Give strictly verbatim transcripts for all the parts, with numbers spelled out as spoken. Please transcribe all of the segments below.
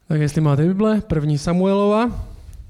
Tak jestli máte Bible, první Samuelova.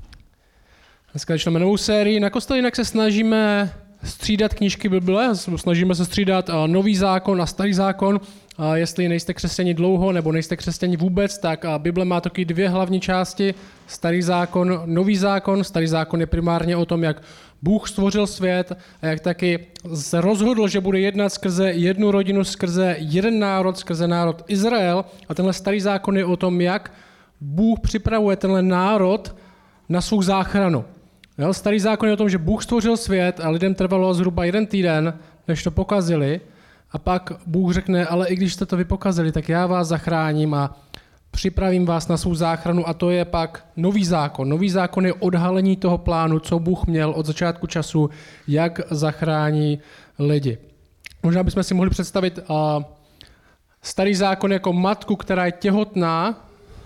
Dneska začneme novou sérii. Na kostele jinak se snažíme střídat knížky Bible, snažíme se střídat nový zákon a starý zákon. A jestli nejste křesťani dlouho nebo nejste křesťani vůbec, tak Bible má taky dvě hlavní části. Starý zákon, nový zákon. Starý zákon je primárně o tom, jak Bůh stvořil svět a jak taky se rozhodl, že bude jednat skrze jednu rodinu, skrze jeden národ, skrze národ Izrael. A tenhle starý zákon je o tom, jak Bůh připravuje tenhle národ na svou záchranu. Jo? Starý zákon je o tom, že Bůh stvořil svět a lidem trvalo zhruba jeden týden, než to pokazili. A pak Bůh řekne, ale i když jste to vypokazili, tak já vás zachráním a připravím vás na svou záchranu. A to je pak nový zákon. Nový zákon je odhalení toho plánu, co Bůh měl od začátku času, jak zachrání lidi. Možná bychom si mohli představit uh, starý zákon jako matku, která je těhotná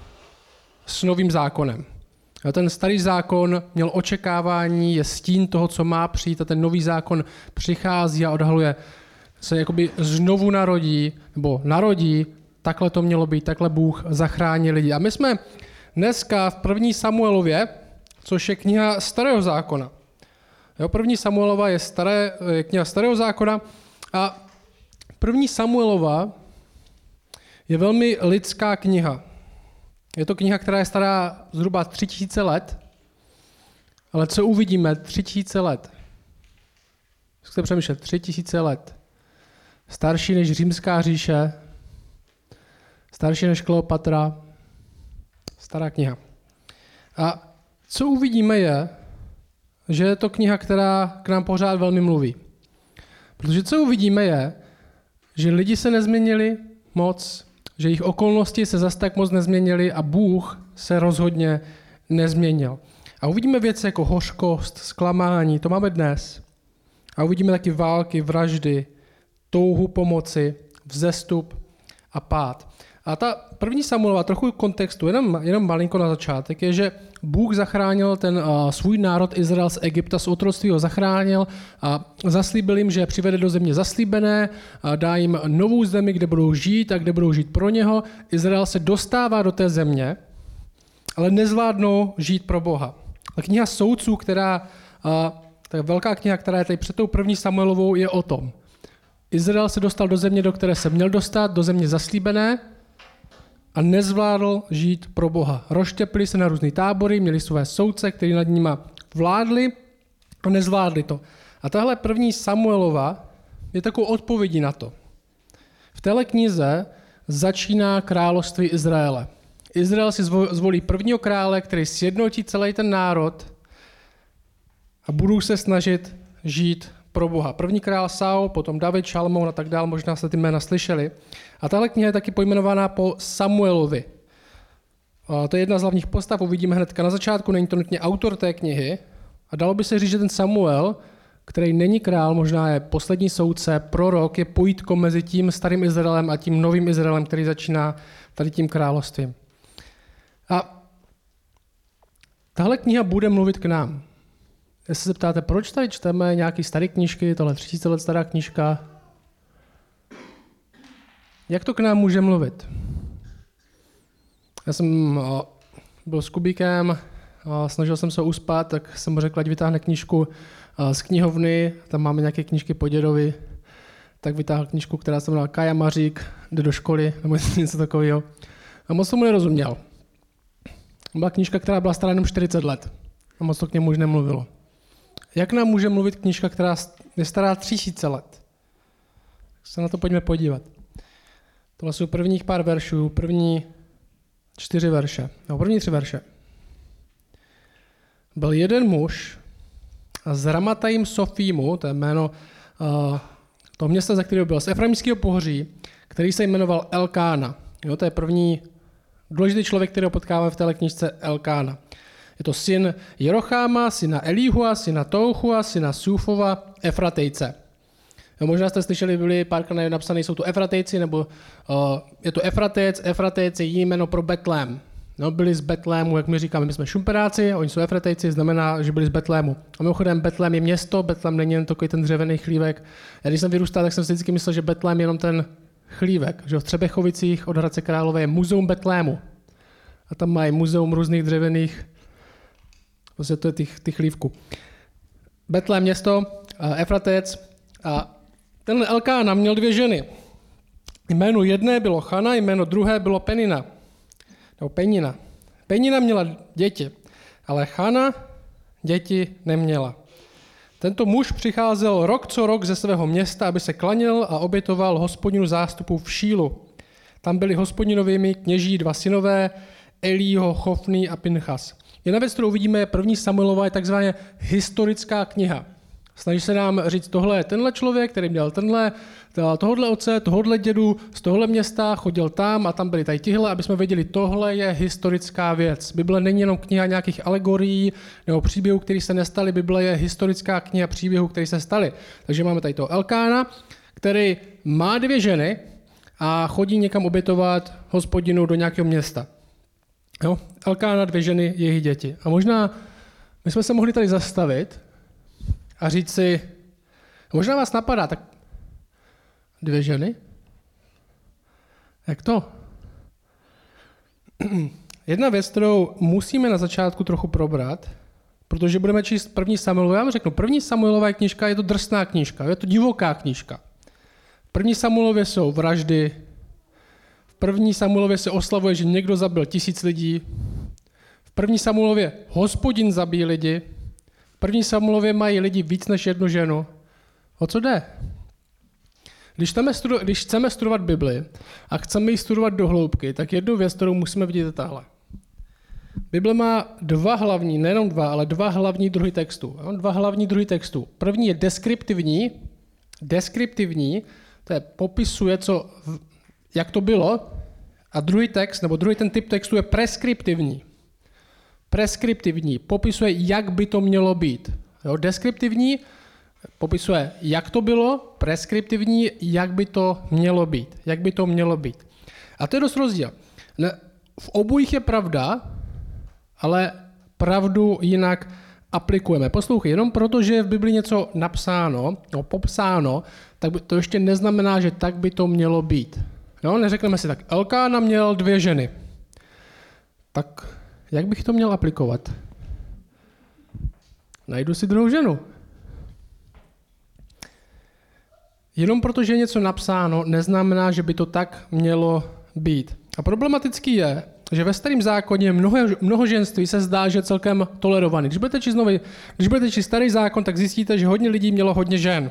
s novým zákonem. A ten starý zákon měl očekávání, je stín toho, co má přijít, a ten nový zákon přichází a odhaluje, se jakoby znovu narodí, nebo narodí, takhle to mělo být, takhle Bůh zachrání lidi. A my jsme dneska v první Samuelově, což je kniha starého zákona. Jo, první Samuelova je, staré, je kniha starého zákona a první Samuelova je velmi lidská kniha. Je to kniha, která je stará zhruba tři tisíce let, ale co uvidíme? Tři tisíce let. Zkuste přemýšlet, tři tisíce let. Starší než Římská říše, starší než Kleopatra, stará kniha. A co uvidíme je, že je to kniha, která k nám pořád velmi mluví. Protože co uvidíme je, že lidi se nezměnili moc, že jejich okolnosti se zas tak moc nezměnily a Bůh se rozhodně nezměnil. A uvidíme věci jako hořkost, zklamání, to máme dnes. A uvidíme taky války, vraždy, touhu pomoci, vzestup a pád. A ta první Samuelova, trochu kontextu, jenom, jenom malinko na začátek, je, že Bůh zachránil ten uh, svůj národ Izrael z Egypta, z otroctví ho zachránil a zaslíbil jim, že je přivede do země zaslíbené, a dá jim novou zemi, kde budou žít a kde budou žít pro něho. Izrael se dostává do té země, ale nezvládnou žít pro Boha. A kniha Soudců, která, uh, ta velká kniha, která je tady před tou první Samuelovou, je o tom. Izrael se dostal do země, do které se měl dostat, do země zaslíbené, a nezvládl žít pro Boha. Rozštěpili se na různé tábory, měli své soudce, kteří nad nima vládli a nezvládli to. A tahle první Samuelova je takovou odpovědí na to. V téhle knize začíná království Izraele. Izrael si zvolí prvního krále, který sjednotí celý ten národ a budou se snažit žít pro Boha. První král Saul, potom David, Šalmoun a tak dál, možná jste ty jména slyšeli. A tahle kniha je taky pojmenovaná po Samuelovi. A to je jedna z hlavních postav, uvidíme hnedka na začátku, není to nutně autor té knihy. A dalo by se říct, že ten Samuel, který není král, možná je poslední soudce, prorok, je pojítko mezi tím starým Izraelem a tím novým Izraelem, který začíná tady tím královstvím. A tahle kniha bude mluvit k nám. Jestli se ptáte, proč tady čteme nějaké staré knížky, tohle tři tisíce let stará knížka, jak to k nám může mluvit? Já jsem o, byl s Kubíkem, o, snažil jsem se uspat, tak jsem mu řekl, ať vytáhne knížku o, z knihovny, tam máme nějaké knížky po dědovi, tak vytáhl knížku, která se jmenovala Kája Mařík, jde do školy, nebo něco takového. A moc tomu nerozuměl. Byla knížka, která byla stará jenom čtyřicet let a moc to k němu už nemluvilo. Jak nám může mluvit knížka, která je stará tři tisíce let? Tak se na to pojďme podívat. Tohle jsou prvních pár veršů, první čtyři verše, no první tři verše. Byl jeden muž z Ramatajim Sofímu, to je jméno uh, toho města, za kterého byl, z Efraimského pohoří, který se jmenoval Elkána. Jo, to je první důležitý člověk, kterého potkáváme v téhle knížce, Elkána. Je to syn Jerocháma, syna Elíhua, syna Touchua, syna Sufova, Efratejce. Jo, možná jste slyšeli, byli párkrát napsané, jsou to Efratejci, nebo uh, je to Efratec, Efratec je jméno pro Betlém. No, byli z Betlému, jak my říkáme, my jsme Šumperáci, oni jsou Efratejci, znamená, že byli z Betlému. A mimochodem, Betlém je město, Betlém není jen takový ten dřevěný chlívek. Já když jsem vyrůstal, tak jsem si vždycky myslel, že Betlém je jenom ten chlívek, že v Třebechovicích od Hradce Králové je muzeum Betlému. a tam mají muzeum různých dřevěných, vlastně to je těch, těch chlívků. Betlém město, Efratec, a tenhle Elkána měl dvě ženy. Jméno jedné bylo Chana, jméno druhé bylo Penina. Nebo Penina. Penina měla děti, ale Chana děti neměla. Tento muž přicházel rok co rok ze svého města, aby se klanil a obětoval Hospodinu zástupu v Šílu. Tam byli Hospodinovými kněží dva synové, Elího, Chofný a Pinchas. Jedna věc, kterou uvidíme, je první Samuelova, je takzvaně historická kniha. Snaží se nám říct, tohle je tenhle člověk, který měl tenhle, tohodle otce, tohodle dědu, z tohle města, chodil tam a tam byli tady tihle, aby jsme věděli, tohle je historická věc. Bible není jenom kniha nějakých alegorií nebo příběhů, které se nestaly, Bible je historická kniha příběhů, které se staly. Takže máme tady toho Elkána, který má dvě ženy a chodí někam obětovat Hospodinu do nějakého města. Jo? Elkána, dvě ženy, jejich děti. A možná my jsme se mohli tady zastavit a říct si, možná vás napadá, tak dvě ženy? Jak to? Jedna věc, kterou musíme na začátku trochu probrat, protože budeme číst první Samuelova. Já vám řeknu, první Samuelova knížka je to drsná knížka, je to divoká knížka. V první Samuelově jsou vraždy, v první Samuelově se oslavuje, že někdo zabil tisíc lidí, v první Samuelově Hospodin zabíjí lidi, v první Samuelově mají lidi víc než jednu ženu. O co jde? Když chceme, studu- když chceme studovat Bibli a chceme ji studovat do hloubky, tak jednu věc, kterou musíme vidět, je tahle. Bible má dva hlavní, nejenom dva, ale dva hlavní druhy textů. Dva hlavní druhy textů. První je deskriptivní. Deskriptivní, to je popisuje, co, jak to bylo. A druhý text, nebo druhý ten typ textu je preskriptivní. Preskriptivní, popisuje, jak by to mělo být. Jo, deskriptivní popisuje, jak to bylo, preskriptivní, jak by to mělo být. Jak by to mělo být. A to je dost rozdíl. V obojích je pravda, ale pravdu jinak aplikujeme. Poslouchej, jenom proto, že je v Bibli něco napsáno, no, popsáno, tak to ještě neznamená, že tak by to mělo být. Jo, neřekneme si tak, Elkána měl dvě ženy. Tak jak bych to měl aplikovat? Najdu si druhou ženu. Jenom proto, že je něco napsáno, neznamená, že by to tak mělo být. A problematický je, že ve Starém zákoně mnoho, mnohoženství se zdá, že je celkem tolerovaný. Když budete číst nový, když budete číst Starý zákon, tak zjistíte, že hodně lidí mělo hodně žen.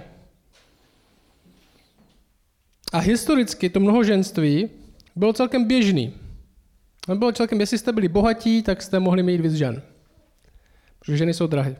A historicky to mnohoženství bylo celkem běžný. A bylo celkem, jestli jste byli bohatí, tak jste mohli mít víc žen. Protože ženy jsou drahé.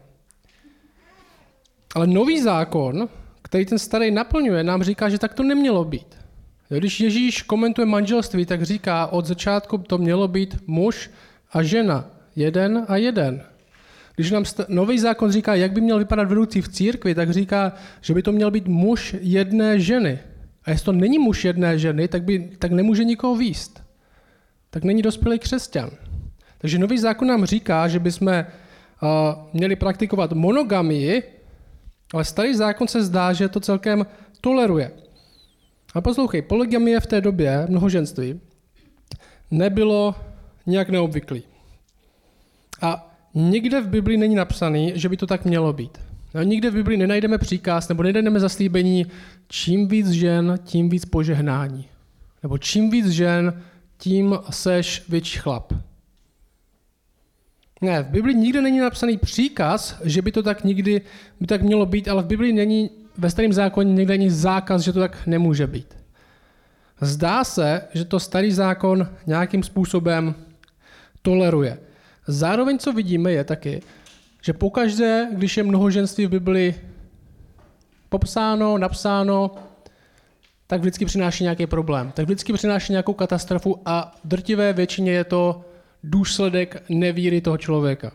Ale nový zákon, který ten starý naplňuje, nám říká, že tak to nemělo být. Když Ježíš komentuje manželství, tak říká, od začátku to mělo být muž a žena. Jeden a jeden. Když nám st- nový zákon říká, jak by měl vypadat vedoucí v církvi, tak říká, že by to měl být muž jedné ženy. A jestli to není muž jedné ženy, tak, by, tak nemůže nikoho vést. Tak není dospělý křesťan. Takže nový zákon nám říká, že bychom uh, měli praktikovat monogamii, ale starý zákon se zdá, že to celkem toleruje. A poslouchej, polygamie v té době, mnohoženství, nebylo nějak neobvyklý. A nikde v Biblii není napsaný, že by to tak mělo být. A nikde v Biblii nenajdeme příkaz, nebo nenajdeme zaslíbení, čím víc žen, tím víc požehnání. Nebo čím víc žen, tím seš větší chlap. Ne, v Biblii nikde není napsaný příkaz, že by to tak nikdy by tak mělo být, ale v Biblii není, ve Starém zákoně někde není zákaz, že to tak nemůže být. Zdá se, že to Starý zákon nějakým způsobem toleruje. Zároveň, co vidíme, je taky, že pokaždé, když je mnohoženství v Biblii popsáno, napsáno, tak vždycky přináší nějaký problém. Tak vždycky přináší nějakou katastrofu a v drtivé většině je to důsledek nevíry toho člověka.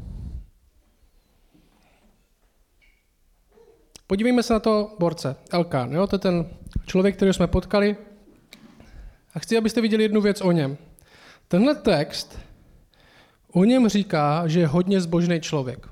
Podívejme se na to borce, Elkán. Jo? To je ten člověk, který jsme potkali. A chci, abyste viděli jednu věc o něm. Tenhle text o něm říká, že je hodně zbožný člověk.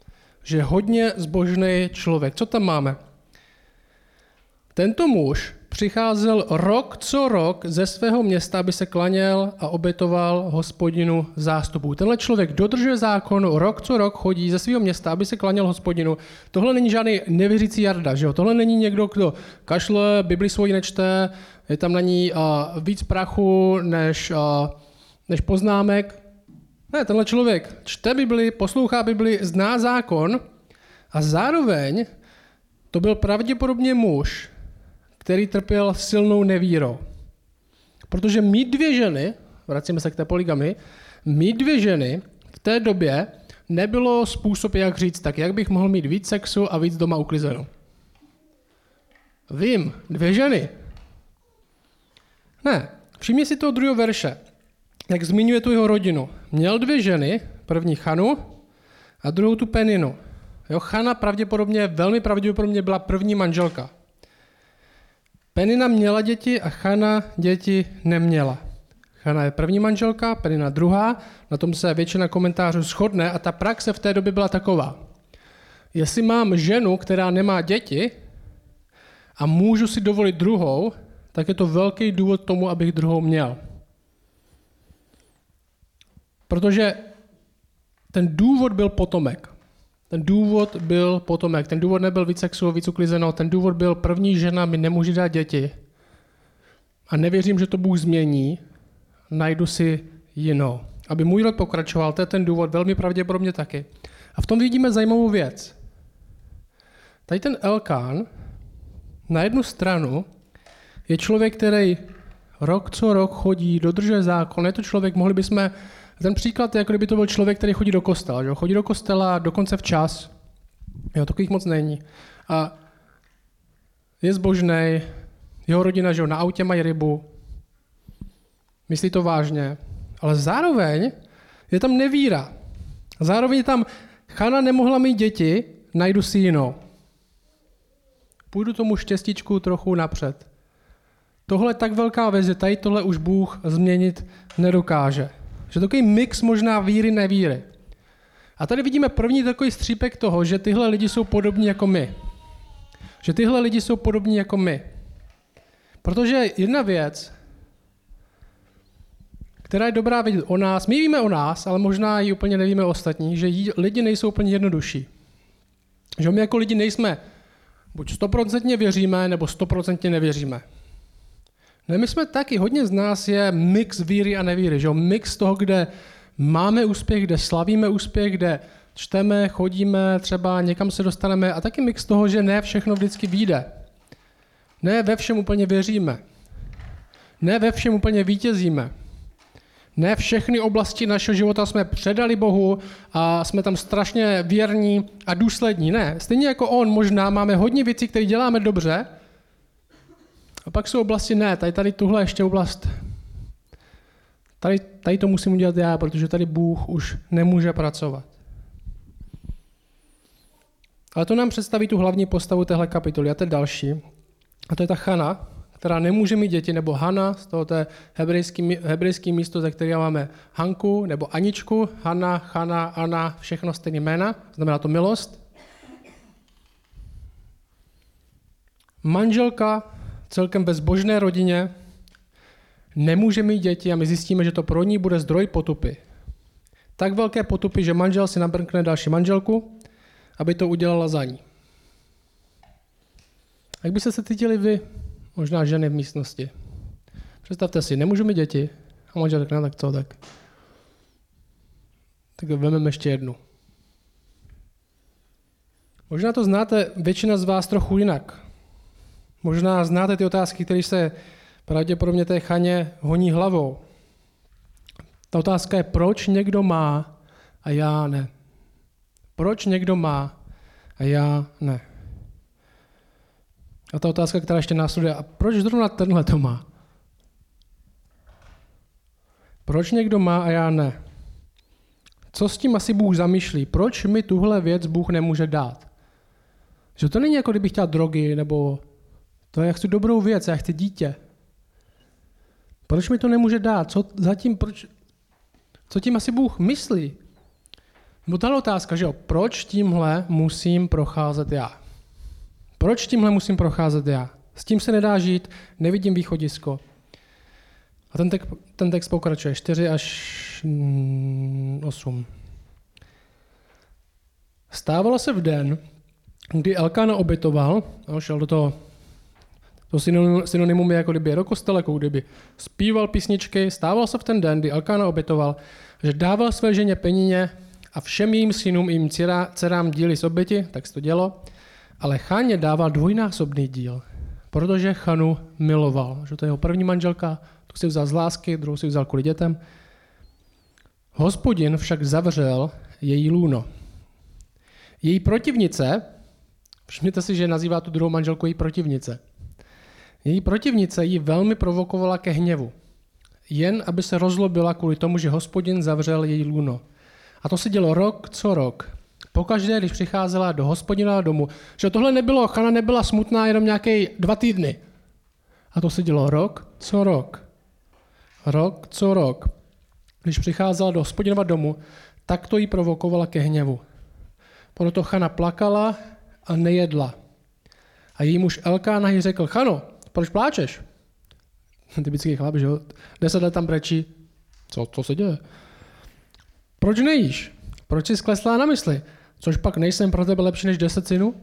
Že je hodně zbožný člověk. Co tam máme? Tento muž přicházel rok co rok ze svého města, aby se klaněl a obětoval Hospodinu zástupů. Tenhle člověk dodržuje zákon, rok co rok chodí ze svého města, aby se klaněl Hospodinu. Tohle není žádný nevěřící jarda, že jo? Tohle není někdo, kdo kašle, Bibli svoji nečte, je tam na ní uh, víc prachu než, uh, než poznámek. Ne, tenhle člověk čte Bibli, poslouchá Bibli, zná zákon a zároveň to byl pravděpodobně muž, který trpěl silnou nevírou. Protože mít dvě ženy, vracíme se k té polygamy, mít dvě ženy v té době nebylo způsob, jak říct, tak jak bych mohl mít víc sexu a víc doma uklizeno. Vím, dvě ženy. Ne, všimni si toho druhého verše, jak zmiňuje tu jeho rodinu. Měl dvě ženy, první Chanu a druhou tu Peninu. Jo, Chana pravděpodobně, velmi pravděpodobně byla první manželka. Penina měla děti a Chana děti neměla. Chana je první manželka, Penina druhá, na tom se většina komentářů shodne a ta praxe v té době byla taková. Jestli mám ženu, která nemá děti a můžu si dovolit druhou, tak je to velký důvod tomu, abych druhou měl. Protože ten důvod byl potomek. Ten důvod byl potomek. Ten důvod nebyl víc sexu, víc uklizeno. Ten důvod byl první žena mi nemůže dát děti. A nevěřím, že to Bůh změní. Najdu si jinou. Aby můj rod pokračoval, to je ten důvod, velmi pravděpodobně taky. A v tom vidíme zajímavou věc. Tady ten Elkán na jednu stranu je člověk, který rok co rok chodí, dodržuje zákon. Je to člověk, mohli bychom... Ten příklad je, jako kdyby to byl člověk, který chodí do kostela. Že? Chodí do kostela dokonce včas. Jo, takových moc není. A je zbožnej, jeho rodina, že jo, na autě mají rybu. Myslí to vážně. Ale zároveň je tam nevíra. Zároveň je tam Chana nemohla mít děti, najdu si jinou. Půjdu tomu štěstíčku trochu napřed. Tohle je tak velká věc, že tady tohle už Bůh změnit nedokáže. Že takový mix možná víry, nevíry. A tady vidíme první takový střípek toho, že tyhle lidi jsou podobní jako my. Že tyhle lidi jsou podobní jako my. Protože jedna věc, která je dobrá vědět o nás, my víme o nás, ale možná ji úplně nevíme o ostatní, že lidi nejsou úplně jednodušší. Že my jako lidi nejsme, buď stoprocentně věříme, nebo stoprocentně nevěříme. No my jsme taky, hodně z nás je mix víry a nevíry, že jo? Mix toho, kde máme úspěch, kde slavíme úspěch, kde čteme, chodíme, třeba někam se dostaneme a taky mix toho, že ne všechno vždycky vyjde. Ne ve všem úplně věříme. Ne ve všem úplně vítězíme. Ne všechny oblasti našeho života jsme předali Bohu a jsme tam strašně věrní a důslední. Ne, stejně jako on možná máme hodně věcí, které děláme dobře, a pak jsou oblasti, ne, tady, tady tuhle ještě oblast, tady, tady to musím udělat já, protože tady Bůh už nemůže pracovat. Ale to nám představí tu hlavní postavu téhle kapitoly. A to je další. A to je ta Chana, která nemůže mít děti, nebo Hana, z toho to je hebrejský, hebrejský místo, ze kterého máme Hanku, nebo Aničku, Hana, Chana, Ana, všechno stejné jména, znamená to milost. Manželka celkem bezbožné rodině nemůže mít děti a my zjistíme, že to pro ní bude zdroj potupy. Tak velké potupy, že manžel si nabrkne další manželku, aby to udělala za ní. Jak byste se cítili vy, možná ženy v místnosti? Představte si, nemůžu mít děti a manžel řekne, tak co, tak. Tak vezmeme ještě jednu. Možná to znáte většina z vás trochu jinak. Možná znáte ty otázky, které se pravděpodobně té Chaně honí hlavou. Ta otázka je, proč někdo má a já ne. Proč někdo má a já ne. A ta otázka, která ještě následuje, a proč zrovna tenhle to má? Proč někdo má a já ne? Co s tím asi Bůh zamýšlí? Proč mi tuhle věc Bůh nemůže dát? Že to není jako kdybych chtěl drogy, nebo to je, já chci dobrou věc, já chci dítě. Proč mi to nemůže dát? Co zatím, proč, co tím asi Bůh myslí? Nebo tahle otázka, že jo, proč tímhle musím procházet já? Proč tímhle musím procházet já? S tím se nedá žít, nevidím východisko. A ten, tek, ten text pokračuje čtyři až osm. Stávalo se v den, kdy Elkána obětoval, a šel do toho, to synonymum je jako kdyby do kostela, jako kdyby zpíval písničky, stával se v ten den, kdy Elkána obětoval, že dával své ženě peníně a všem jejím synům i jejím dcerám díly z oběti, tak se to dělo, ale Cháně dával dvojnásobný díl, protože Chanu miloval. Že to je jeho první manželka, tu si vzal z lásky, druhou si vzal kvůli dětem. Hospodin však zavřel její lůno. Její protivnice, všimněte si, že nazývá tu druhou manželku její protivnice. Její protivnice ji velmi provokovala ke hněvu, jen aby se rozlobila kvůli tomu, že Hospodin zavřel její lůno. A to se dělo rok co rok. Pokaždé, když přicházela do Hospodinova domu, že tohle nebylo, Chana nebyla smutná jenom nějaké dva týdny. A to se dělo rok co rok. Rok co rok. Když přicházela do Hospodinova domu, tak to jí provokovala ke hněvu. Proto Chana plakala a nejedla. A její muž Elkána jí řekl, Chano, proč pláčeš? Typický chlap, že jo? Deset let tam brečí. Co, co se děje? Proč nejíš? Proč jsi skleslá na mysli? Což pak nejsem pro tebe lepší než deset synů?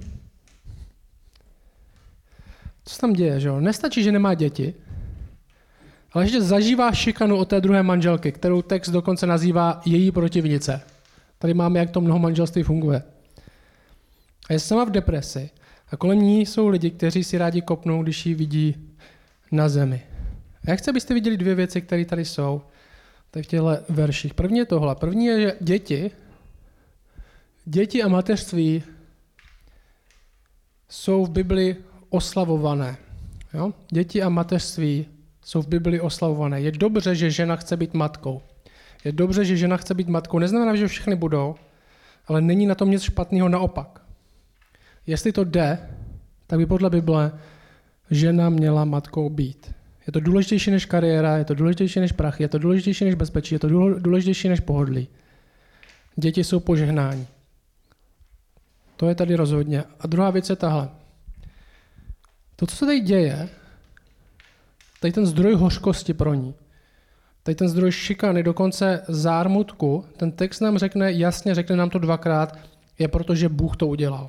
Co se tam děje, že jo? Nestačí, že nemá děti, ale ještě zažívá šikanu od té druhé manželky, kterou text dokonce nazývá její protivnice. Tady máme, jak to mnoho manželství funguje. A je sama v depresi. A kolem ní jsou lidi, kteří si rádi kopnou, když ji vidí na zemi. A já chci, abyste viděli dvě věci, které tady jsou. Tady v těchto verších. První je tohle. První je, že děti, děti a mateřství jsou v Bibli oslavované. Jo? Děti a mateřství jsou v Bibli oslavované. Je dobře, že žena chce být matkou. Je dobře, že žena chce být matkou. Neznamená, že všechny budou, ale není na tom nic špatného, naopak. Jestli to jde, tak by podle Bible žena měla matkou být. Je to důležitější než kariéra, je to důležitější než prachy, je to důležitější než bezpečí, je to důležitější než pohodlí. Děti jsou požehnání. To je tady rozhodně. A druhá věc je tahle. To, co se tady děje, tady ten zdroj hořkosti pro ní, tady ten zdroj šikany, dokonce zármutku, ten text nám řekne, jasně řekne nám to dvakrát, je proto, že Bůh to udělal.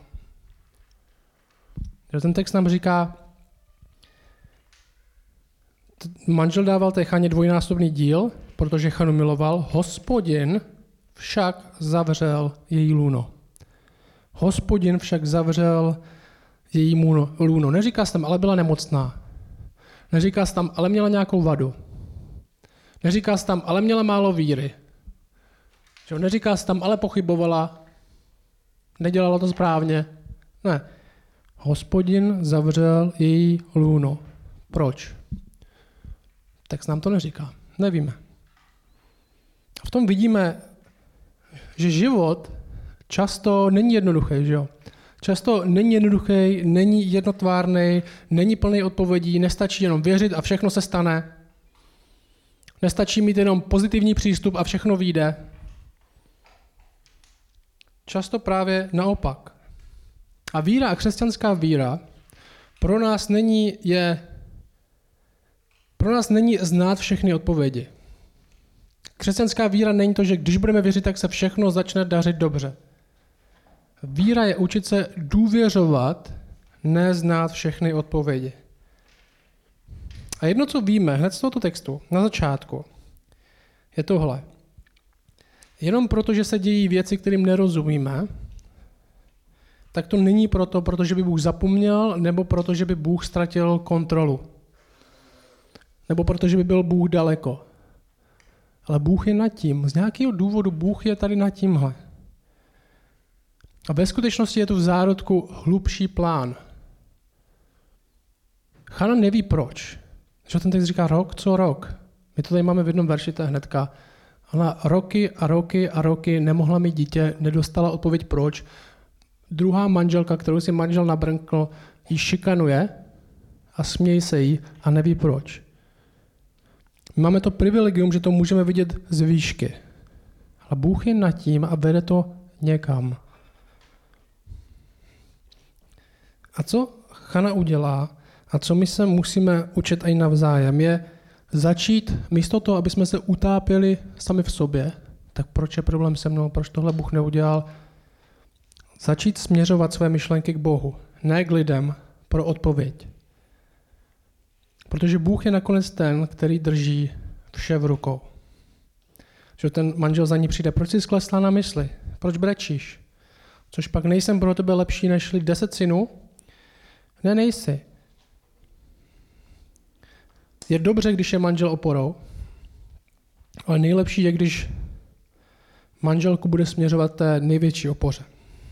Ten text nám říká, manžel dával té Chaně dvojnásobný díl, protože Chanu miloval, Hospodin však zavřel její lůno. Hospodin však zavřel její lůno. Neříká se tam, ale byla nemocná. Neříká se tam, ale měla nějakou vadu. Neříká se tam, ale měla málo víry. Neříká se tam, ale pochybovala. Nedělala to správně. Ne. Hospodin zavřel její lůno. Proč? Text nám to neříká. Nevíme. V tom vidíme, že život často není jednoduchý, že jo? Často není jednoduchý, není jednotvárný, není plný odpovědí, nestačí jenom věřit a všechno se stane. Nestačí mít jenom pozitivní přístup a všechno vyjde. Často právě naopak. A víra a křesťanská víra pro nás není, je, pro nás není znát všechny odpovědi. Křesťanská víra není to, že když budeme věřit, tak se všechno začne dařit dobře. Víra je učit se důvěřovat, ne znát všechny odpovědi. A jedno, co víme hned z tohoto textu, na začátku, je tohle. Jenom proto, že se dějí věci, kterým nerozumíme, tak to není proto, protože by Bůh zapomněl, nebo proto, že by Bůh ztratil kontrolu. Nebo protože by byl Bůh daleko. Ale Bůh je nad tím. Z nějakého důvodu Bůh je tady nad tímhle. A ve skutečnosti je tu v zárodku hlubší plán. Chana neví proč. Že ten text říká rok co rok. My to tady máme v jednom verši, to je hnedka. Ona roky a roky a roky nemohla mít dítě, nedostala odpověď proč. Druhá manželka, kterou si manžel nabrnkl, ji šikanuje a smějí se jí a neví proč. My máme to privilegium, že to můžeme vidět z výšky. Ale Bůh je nad tím a vede to někam. A co Chana udělá, a co my se musíme učit i navzájem, je začít, místo toho, aby jsme se utápěli sami v sobě, tak proč je problém se mnou, proč tohle Bůh neudělal, začít směřovat své myšlenky k Bohu, ne k lidem, pro odpověď. Protože Bůh je nakonec ten, který drží vše v rukou. Že ten manžel za ní přijde, proč jsi sklesla na mysli, proč brečíš? Což pak nejsem pro tebe lepší než deset synů? Ne, nejsi. Je dobře, když je manžel oporou, ale nejlepší je, když manželku bude směřovat té největší opoře.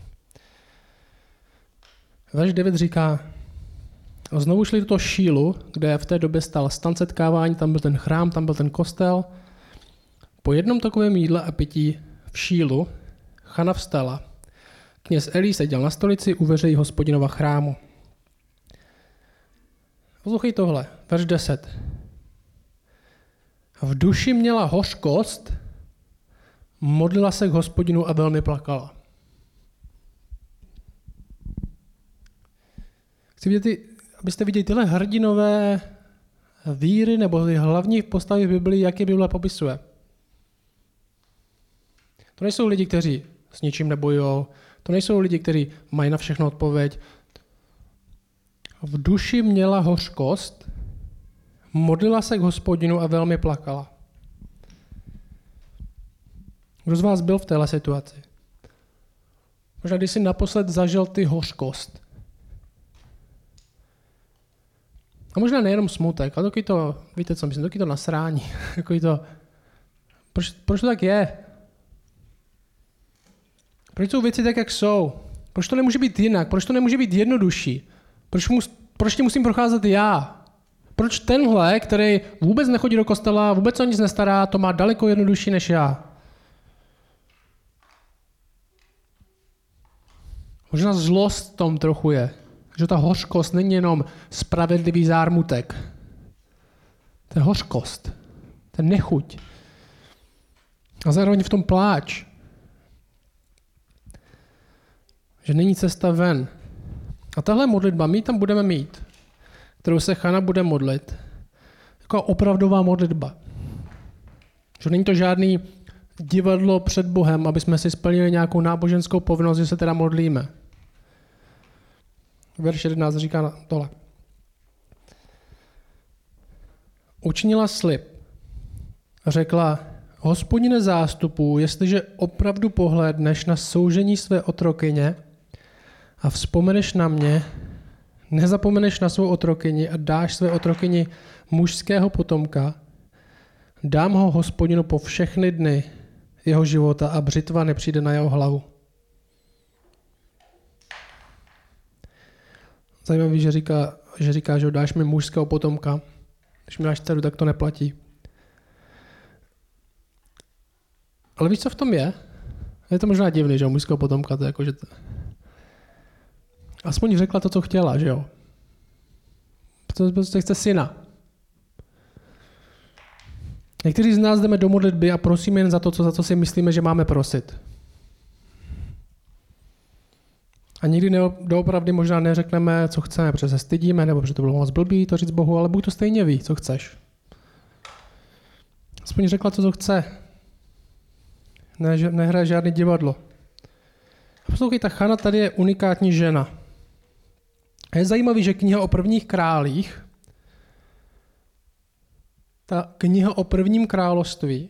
Verš devět říká, znovu šli do toho Šílu, kde v té době stál stan setkávání, tam byl ten chrám, tam byl ten kostel. Po jednom takovém jídle a pití v Šílu Chana vstala. Kněz Elí seděl na stolici u veřejí Hospodinova chrámu. Poslouchej tohle, verš deset. V duši měla hořkost, modlila se k Hospodinu a velmi plakala. Chci vidět, ty, abyste viděli tyhle hrdinové víry nebo ty hlavní postavy v Biblii, jak je Bible popisuje. To nejsou lidi, kteří s ničím nebojujou, to nejsou lidi, kteří mají na všechno odpověď. V duši měla hořkost, modlila se k Hospodinu a velmi plakala. Kdo z vás byl v téhle situaci? Možná když jsi naposled zažil ty hořkost. A možná nejenom smutek, ale taky to, víte co myslím, taky to nasrání. Takový to, proč, proč to tak je? Proč jsou věci tak, jak jsou? Proč to nemůže být jinak? Proč to nemůže být jednodušší? Proč, mus, proč tě musím procházet já? Proč tenhle, který vůbec nechodí do kostela, vůbec o nic nestará, to má daleko jednodušší než já? Možná zlost v tom trochu je. Že ta hořkost není jenom spravedlivý zármutek. To je hořkost. To je nechuť. A zároveň v tom pláč. Že není cesta ven. A tahle modlitba, my tam budeme mít, kterou se Chana bude modlit, jako opravdová modlitba. Že není to žádný divadlo před Bohem, aby jsme si splnili nějakou náboženskou povinnost, že se teda modlíme. Verš jedenáct říká tohle. Učinila slib. Řekla, Hospodine zástupů, jestliže opravdu pohlédneš na soužení své otrokyně a vzpomeneš na mě, nezapomeneš na svou otrokyni a dáš své otrokyni mužského potomka, dám ho Hospodinu po všechny dny jeho života a břitva nepřijde na jeho hlavu. Zajímavý, že říká, že říká, že dáš mi mužského potomka. Když mi dáš dceru, tak to neplatí. Ale víš, co v tom je? Je to možná divný, že mužského potomka, to je jako, že to... Aspoň řekla to, co chtěla, že jo? Protože prostě chce syna. Někteří z nás jdeme do modlitby a prosíme jen za to, co, za co si myslíme, že máme prosit. A nikdy doopravdy možná neřekneme, co chceme, protože se stydíme, nebo protože to bylo moc blbý to říct Bohu, ale Bůh to stejně ví, co chceš. Aspoň řekla to, co chce. Ne, nehraje žádný divadlo. A poslouchej, ta Chana tady je unikátní žena. A je zajímavý, že kniha o prvních králích, ta kniha o prvním království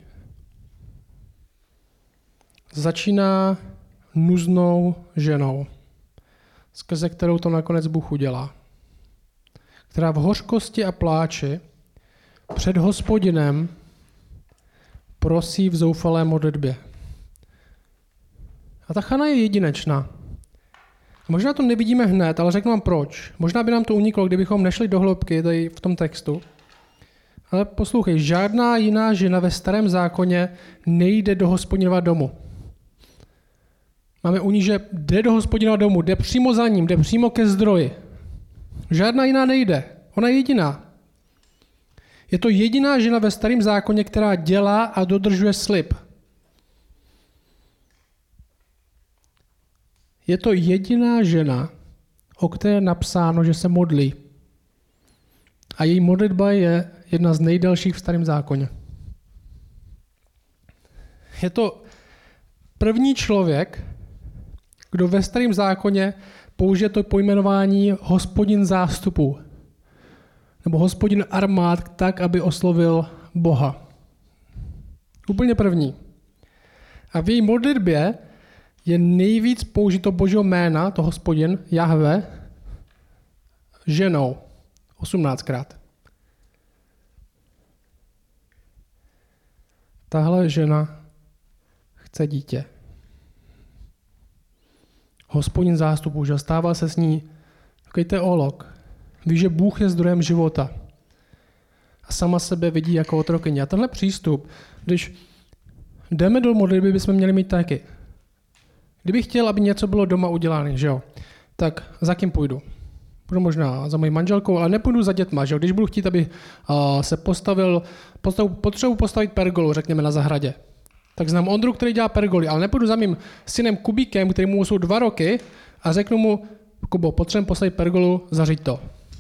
začíná nuznou ženou, skrze kterou to nakonec Bůh udělá. Která v hořkosti a pláči před Hospodinem prosí v zoufalé modlitbě. A ta Chana je jedinečná. Možná to nevidíme hned, ale řeknu vám proč. Možná by nám to uniklo, kdybychom nešli do hloubky tady v tom textu. Ale poslouchej, žádná jiná žena ve starém zákoně nejde do Hospodinova domu. Máme u ní, že jde do Hospodinova domu, jde přímo za ním, jde přímo ke zdroji. Žádná jiná nejde. Ona je jediná. Je to jediná žena ve starém zákoně, která dělá a dodržuje slib. Je to jediná žena, o které je napsáno, že se modlí. A její modlitba je jedna z nejdelších v Starém zákoně. Je to první člověk, kdo ve Starém zákoně použije to pojmenování Hospodin zástupů nebo Hospodin armád tak, aby oslovil Boha. Úplně první. A v její modlitbě je nejvíc použito Božího jména, to Hospodin, Jahve, ženou. osmnáctkrát. Tahle žena chce dítě. Hospodin zástupů, že stává se s ní takový teolog. Ví, že Bůh je zdrojem života. A sama sebe vidí jako otrokyně. A tenhle přístup, když jdeme do modlitby, bychom měli mít taky. Kdybych chtěl, aby něco bylo doma udělané, že jo, tak za kým půjdu? Půjdu možná za mojí manželkou, ale nepůjdu za dětma, že jo. Když budu chtít, aby uh, se postavil, postav, potřebuji postavit pergolu, řekněme, na zahradě, tak znám Ondru, který dělá pergoly, ale nepůjdu za mým synem Kubíkem, který mu jsou dva roky a řeknu mu, Kubo, potřebujeme postavit pergolu, zařiď to.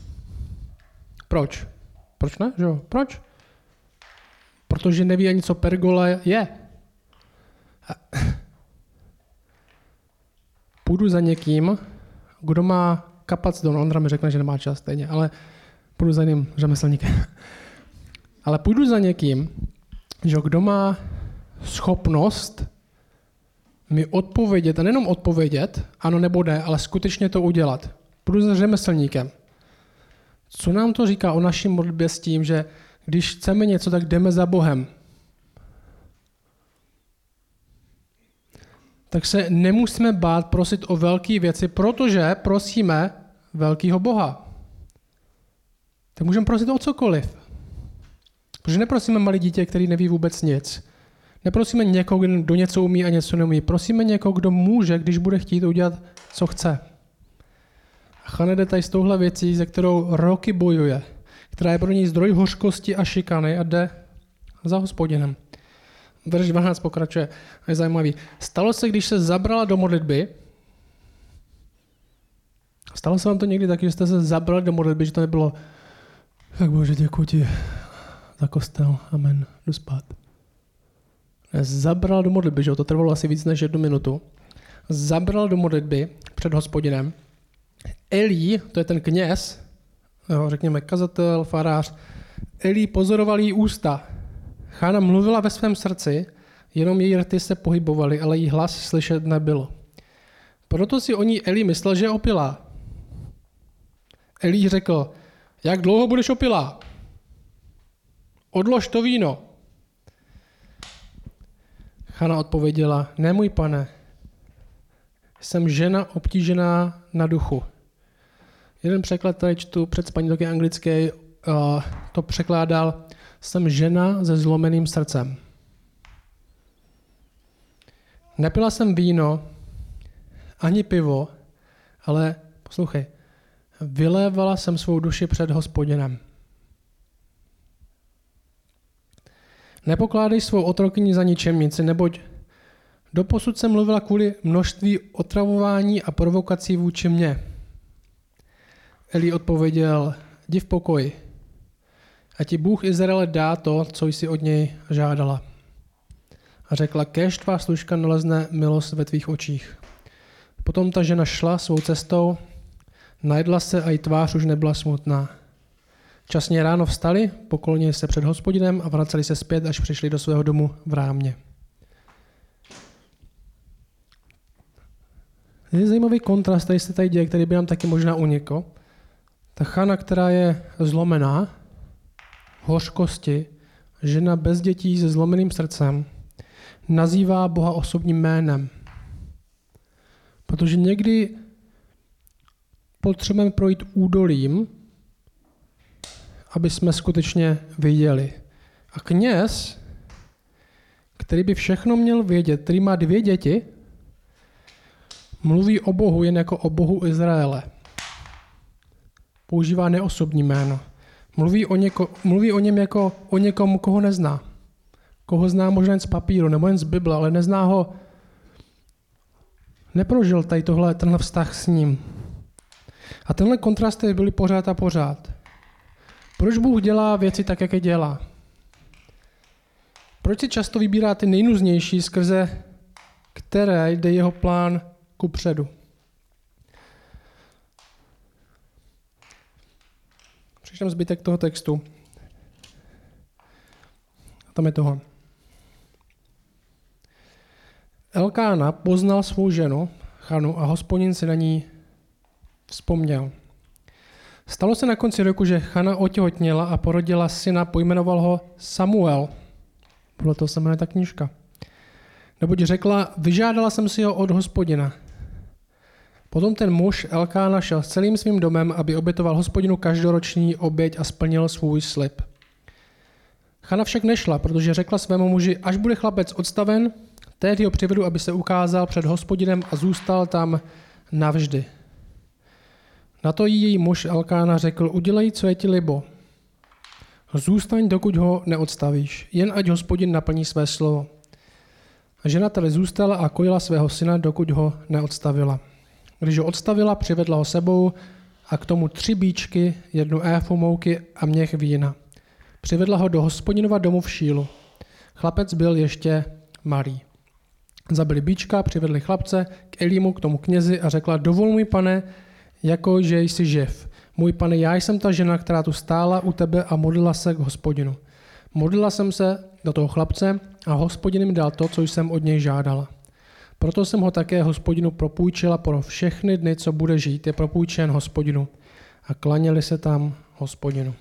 Proč? Proč ne? Že jo? Proč? Protože neví ani, co pergola je. A půjdu za někým, kdo má kapacitu. Ondra mi řekne, že nemá čas stejně, ale půjdu za jiným řemeslníkem. Ale půjdu za někým, že kdo má schopnost mi odpovědět, a nejenom odpovědět, ano nebo ne, ale skutečně to udělat. Půjdu za řemeslníkem. Co nám to říká o naší modlitbě s tím, že když chceme něco, tak jdeme za Bohem? Tak se nemusíme bát prosit o velké věci, protože prosíme velkého Boha. Tak můžeme prosit o cokoliv. Protože neprosíme malé dítě, který neví vůbec nic. Neprosíme někoho, kdo něco umí a něco neumí. Prosíme někoho, kdo může, když bude chtít, udělat, co chce. A Chana jde tady s touhle věcí, ze kterou roky bojuje, která je pro něj zdroj hořkosti a šikany a jde za Hospodinem. Verš dvanáct pokračuje, je zajímavý. Stalo se, když se zabrala do modlitby, stalo se vám to někdy taky, že jste se zabrali do modlitby, že to nebylo, tak Bože, děkuji ti za kostel, amen, jdu spát. Zabral do modlitby, že to trvalo asi víc než jednu minutu. Zabral do modlitby před Hospodinem. Elí, to je ten kněz, jo, řekněme kazatel, farář, Elí pozoroval jí ústa. Chana mluvila ve svém srdci, jenom její rty se pohybovaly, ale jí hlas slyšet nebylo. Proto si o ní Elí myslel, že je opilá. Elí řekl, jak dlouho budeš opilá? Odlož to víno. Chana odpověděla, ne můj pane, jsem žena obtížená na duchu. Jeden překlad, který čtu před spaním, taky anglický, uh, to překládal, jsem žena se zlomeným srdcem. Nepila jsem víno, ani pivo, ale poslouchej, vylévala jsem svou duši před Hospodinem. Nepokládej svou otrokyni za ničemnici, neboť doposud jsem mluvila kvůli množství otravování a provokací vůči mně. Elí odpověděl, jdi v pokoji, a ti Bůh Izraele dá to, co jsi od něj žádala. A řekla, kéž tvá služka nalezne milost ve tvých očích. Potom ta žena šla svou cestou, najedla se a její tvář už nebyla smutná. Časně ráno vstali, poklonili se před Hospodinem a vraceli se zpět, až přišli do svého domu v Rámě. Je zajímavý kontrast, který se tady děje, který by nám taky možná unikl. Ta Chana, která je zlomená, hořkosti, žena bez dětí se zlomeným srdcem, nazývá Boha osobním jménem. Protože někdy potřebujeme projít údolím, aby jsme skutečně viděli. A kněz, který by všechno měl vědět, který má dvě děti, mluví o Bohu jen jako o Bohu Izraele. Používá neosobní jméno. Mluví o, něko, mluví o něm jako o někom, koho nezná. Koho zná možná jen z papíru, nebo jen z Bible, ale nezná ho, neprožil tady tohle, tenhle vztah s ním. A tenhle kontrast byly pořád a pořád. Proč Bůh dělá věci tak, jak je dělá? Proč si často vybírá ty nejnuznější, skrze které jde jeho plán kupředu? Přečteme zbytek toho textu. A tam je toho. Elkána poznal svou ženu, Chanu, a Hospodin si na ní vzpomněl. Stalo se na konci roku, že Chana otěhotněla a porodila syna, pojmenoval ho Samuel. Podle toho se jmenuje ta knížka. Neboť řekla, vyžádala jsem si ho od Hospodina. Potom ten muž Elkána šel s celým svým domem, aby obětoval Hospodinu každoroční oběť a splnil svůj slib. Chana však nešla, protože řekla svému muži, až bude chlapec odstaven, tehdy ho přivedu, aby se ukázal před Hospodinem a zůstal tam navždy. Na to jí její muž Elkána řekl, udělej, co je ti libo. Zůstaň, dokud ho neodstavíš, jen ať Hospodin naplní své slovo. Žena tedy zůstala a kojila svého syna, dokud ho neodstavila. Když ho odstavila, přivedla ho sebou a k tomu tři bíčky, jednu éfu mouky a měch vína. Přivedla ho do Hospodinova domu v Šílu. Chlapec byl ještě malý. Zabili bíčka, přivedli chlapce k Elímu, k tomu knězi a řekla, dovol můj pane, jako že jsi živ. Můj pane, já jsem ta žena, která tu stála u tebe a modlila se k Hospodinu. Modlila jsem se do toho chlapce a Hospodin mi dal to, co jsem od něj žádala. Proto jsem ho také Hospodinu propůjčila pro všechny dny, co bude žít, je propůjčen Hospodinu. A klaněli se tam Hospodinu.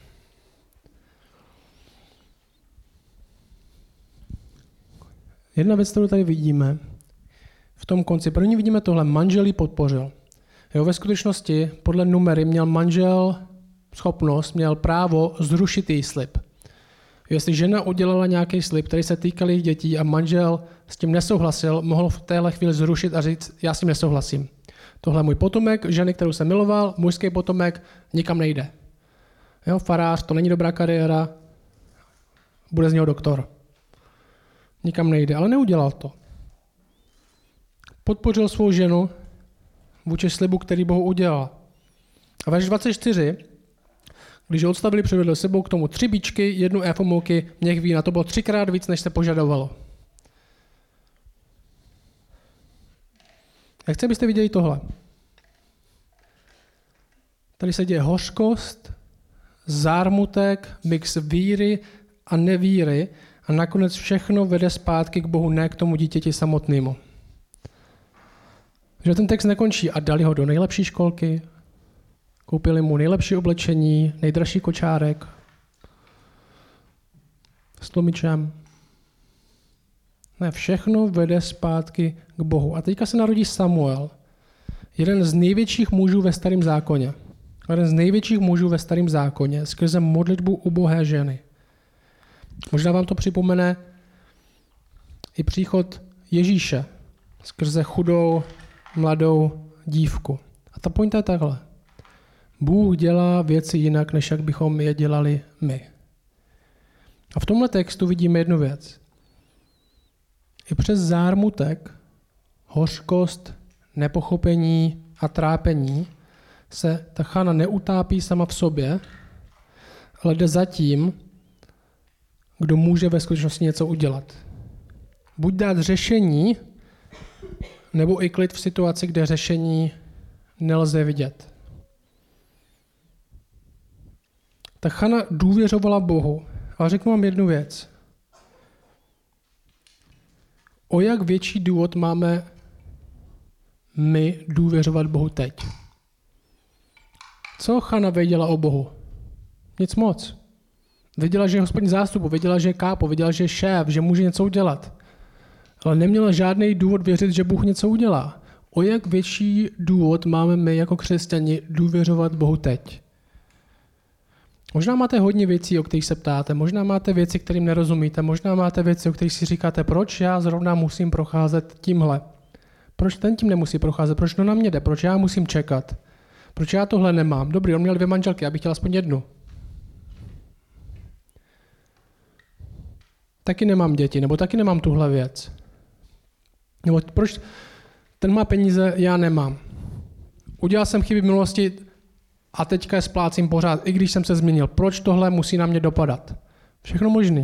Jedna věc, kterou tady vidíme, v tom konci, první vidíme tohle, manžel ji podpořil. Jo, ve skutečnosti podle numery měl manžel schopnost, měl právo zrušit její slib. Jestli žena udělala nějaký slib, který se týkal jejich dětí a manžel s tím nesouhlasil, mohl v téhle chvíli zrušit a říct, já s tím nesouhlasím. Tohle je můj potomek, ženy, kterou jsem miloval, mužský potomek, nikam nejde. Jo, farář, to není dobrá kariéra, bude z něho doktor. Nikam nejde, ale neudělal to. Podpořil svou ženu vůči slibu, který Bohu udělal. A verš dvacet čtyři, když ho odstavili, přivedli sebou k tomu tři bíčky, jednu éfu mouky, měch vína. To bylo třikrát víc, než se požadovalo. A chci, abyste viděli tohle. Tady se děje hořkost, zármutek, mix víry a nevíry a nakonec všechno vede zpátky k Bohu, ne k tomu dítěti samotnému. Že ten text nekončí a dali ho do nejlepší školky, koupili mu nejlepší oblečení, nejdražší kočárek s tlumičem. Ne, všechno vede zpátky k Bohu. A teďka se narodí Samuel, jeden z největších mužů ve Starém zákoně. Jeden z největších mužů ve Starém zákoně skrze modlitbu ubohé ženy. Možná vám to připomene i příchod Ježíše skrze chudou mladou dívku. A ta pointa je takhle. Bůh dělá věci jinak, než jak bychom je dělali my. A v tomhle textu vidíme jednu věc. I přes zármutek, hořkost, nepochopení a trápení se ta Chana neutápí sama v sobě, ale jde za tím, kdo může ve skutečnosti něco udělat. Buď dát řešení, nebo i klid v situaci, kde řešení nelze vidět. Ta Chana důvěřovala Bohu. Ale řeknu vám jednu věc. O jak větší důvod máme my důvěřovat Bohu teď? Co Chana věděla o Bohu? Nic moc. Věděla, že je Hospodin zástupu, věděla, že je kápo, věděla, že je šéf, že může něco udělat. Ale neměla žádný důvod věřit, že Bůh něco udělá. O jak větší důvod máme my jako křesťani důvěřovat Bohu teď? Možná máte hodně věcí, o kterých se ptáte, možná máte věci, kterým nerozumíte, možná máte věci, o kterých si říkáte, proč já zrovna musím procházet tímhle. Proč ten tím nemusí procházet, proč to na mě jde, proč já musím čekat, proč já tohle nemám. Dobrý, on měl dvě manželky, já bych chtěl aspoň jednu. Taky nemám děti, nebo taky nemám tuhle věc. Nebo proč ten má peníze, já nemám. Udělal jsem chyby v minulosti, a teďka je splácím pořád, i když jsem se změnil. Proč tohle musí na mě dopadat? Všechno možný.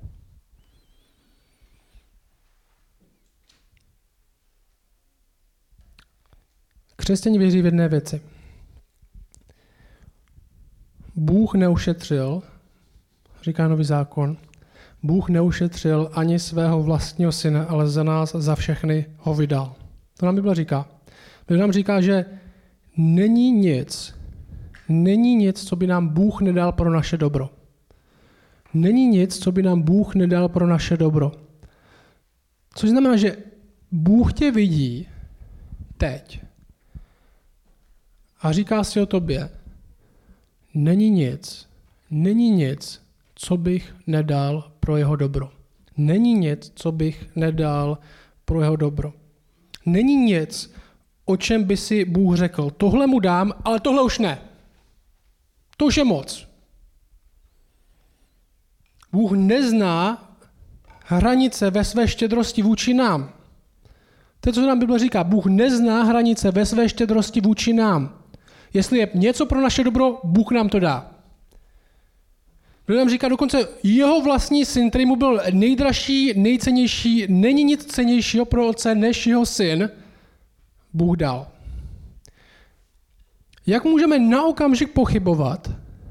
Křesťané věří v jedné věci. Bůh neušetřil, říká Nový zákon, Bůh neušetřil ani svého vlastního syna, ale za nás, za všechny ho vydal. To nám Bible říká. Bible nám říká, že není nic, není nic, co by nám Bůh nedal pro naše dobro. Není nic, co by nám Bůh nedal pro naše dobro. Což znamená, že Bůh tě vidí teď a říká si o tobě, není nic, není nic, co bych nedal pro jeho dobro. Není nic, co bych nedal pro jeho dobro. Není nic, o čem by si Bůh řekl, tohle mu dám, ale tohle už ne. To už je moc. Bůh nezná hranice ve své štědrosti vůči nám. To je, co nám Bible říká. Bůh nezná hranice ve své štědrosti vůči nám. Jestli je něco pro naše dobro, Bůh nám to dá. Bible nám říká dokonce, jeho vlastní syn, který mu byl nejdražší, nejcennější, není nic cennějšího pro otce, než jeho syn, Bůh dal. Jak můžeme na okamžik pochybovat,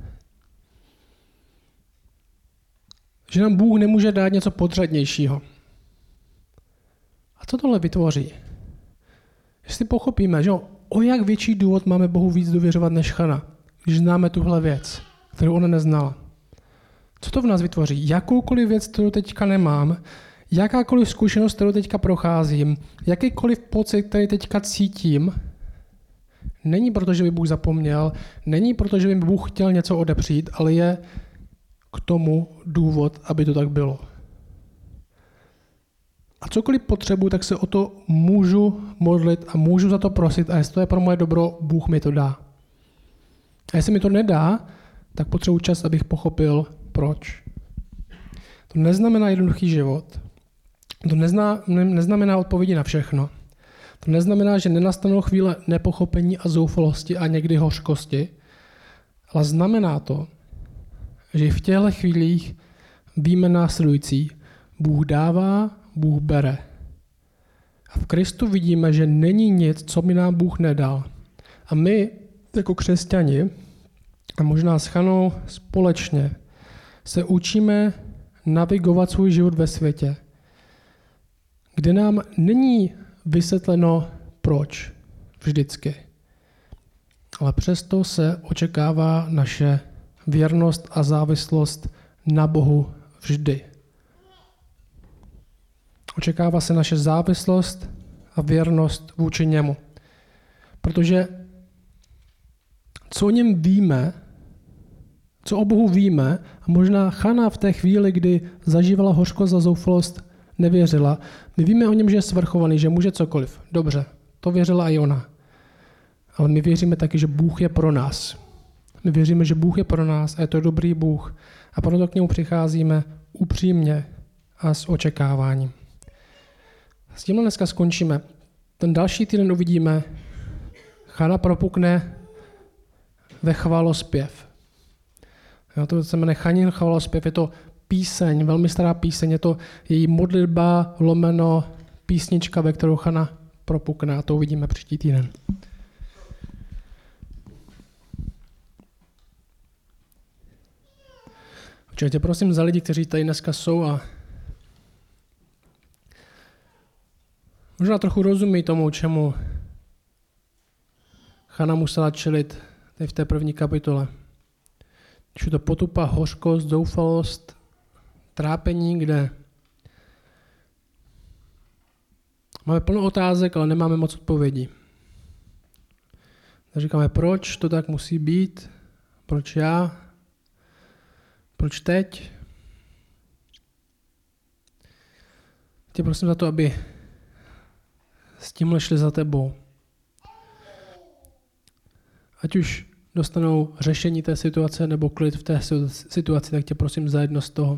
že nám Bůh nemůže dát něco podřadnějšího? A co tohle vytvoří? Jestli pochopíme, že o jak větší důvod máme Bohu víc důvěřovat než Chana, když známe tuhle věc, kterou ona neznala. Co to v nás vytvoří? Jakoukoliv věc, kterou teďka nemám, jakákoliv zkušenost, kterou teďka procházím, jakýkoliv pocit, který teďka cítím, není proto, že by Bůh zapomněl, není proto, že by Bůh chtěl něco odepřít, ale je k tomu důvod, aby to tak bylo. A cokoliv potřebuji, tak se o to můžu modlit a můžu za to prosit a jestli to je pro moje dobro, Bůh mi to dá. A jestli mi to nedá, tak potřebuji čas, abych pochopil, proč. To neznamená jednoduchý život. To nezná, ne, neznamená odpovědi na všechno. To neznamená, že nenastanou chvíle nepochopení a zoufalosti a někdy hořkosti, ale znamená to, že v těchto chvílích víme následující. Bůh dává, Bůh bere. A v Kristu vidíme, že není nic, co by nám Bůh nedal. A my, jako křesťani, a možná s Chanou společně, se učíme navigovat svůj život ve světě, kde nám není vysvětleno proč vždycky. Ale přesto se očekává naše věrnost a závislost na Bohu vždy. Očekává se naše závislost a věrnost vůči němu. Protože co o něm víme, co o Bohu víme, a možná Chana v té chvíli, kdy zažívala hořkost a zoufalost, nevěřila. My víme o něm, že je svrchovaný, že může cokoliv. Dobře, to věřila i ona. Ale my věříme taky, že Bůh je pro nás. My věříme, že Bůh je pro nás a je to dobrý Bůh. A proto k němu přicházíme upřímně a s očekáváním. S tímhle dneska skončíme. Ten další týden uvidíme, Chana propukne ve chválospěv. Jo, to se jmenuje Chanin chválospěv, je to píseň, velmi stará píseň, je to její modlitba, lomeno, písnička, ve kterou Chana propukne a to uvidíme příští týden. Určitě tě prosím za lidi, kteří tady dneska jsou a možná trochu rozumí tomu, čemu Chana musela čelit tady v té první kapitole. Když je to potupa, hořkost, zoufalost, trápení, kde máme plno otázek, ale nemáme moc odpovědí. Tak říkáme, proč to tak musí být, proč já, proč teď. Tě prosím za to, aby s tímhle šli za tebou. Ať už dostanou řešení té situace nebo klid v té situaci, tak tě prosím za jedno z toho.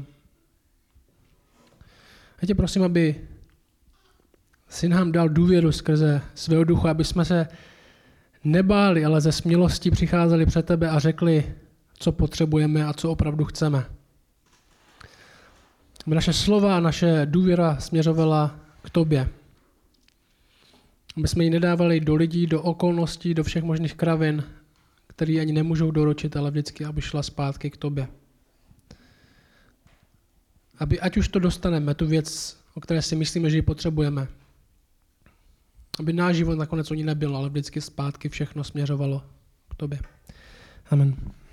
A tě prosím, aby si nám dal důvěru skrze svého ducha, aby jsme se nebáli, ale ze smělostí přicházeli před tebe a řekli, co potřebujeme a co opravdu chceme. Aby naše slova a naše důvěra směřovala k tobě. Aby jsme ji nedávali do lidí, do okolností, do všech možných kravin, které ani nemůžou doročit, ale vždycky, aby šla zpátky k tobě. Aby ať už to dostaneme, tu věc, o které si myslíme, že ji potřebujeme, aby náš život nakonec o ní nebyl, ale vždycky zpátky všechno směřovalo k tobě. Amen.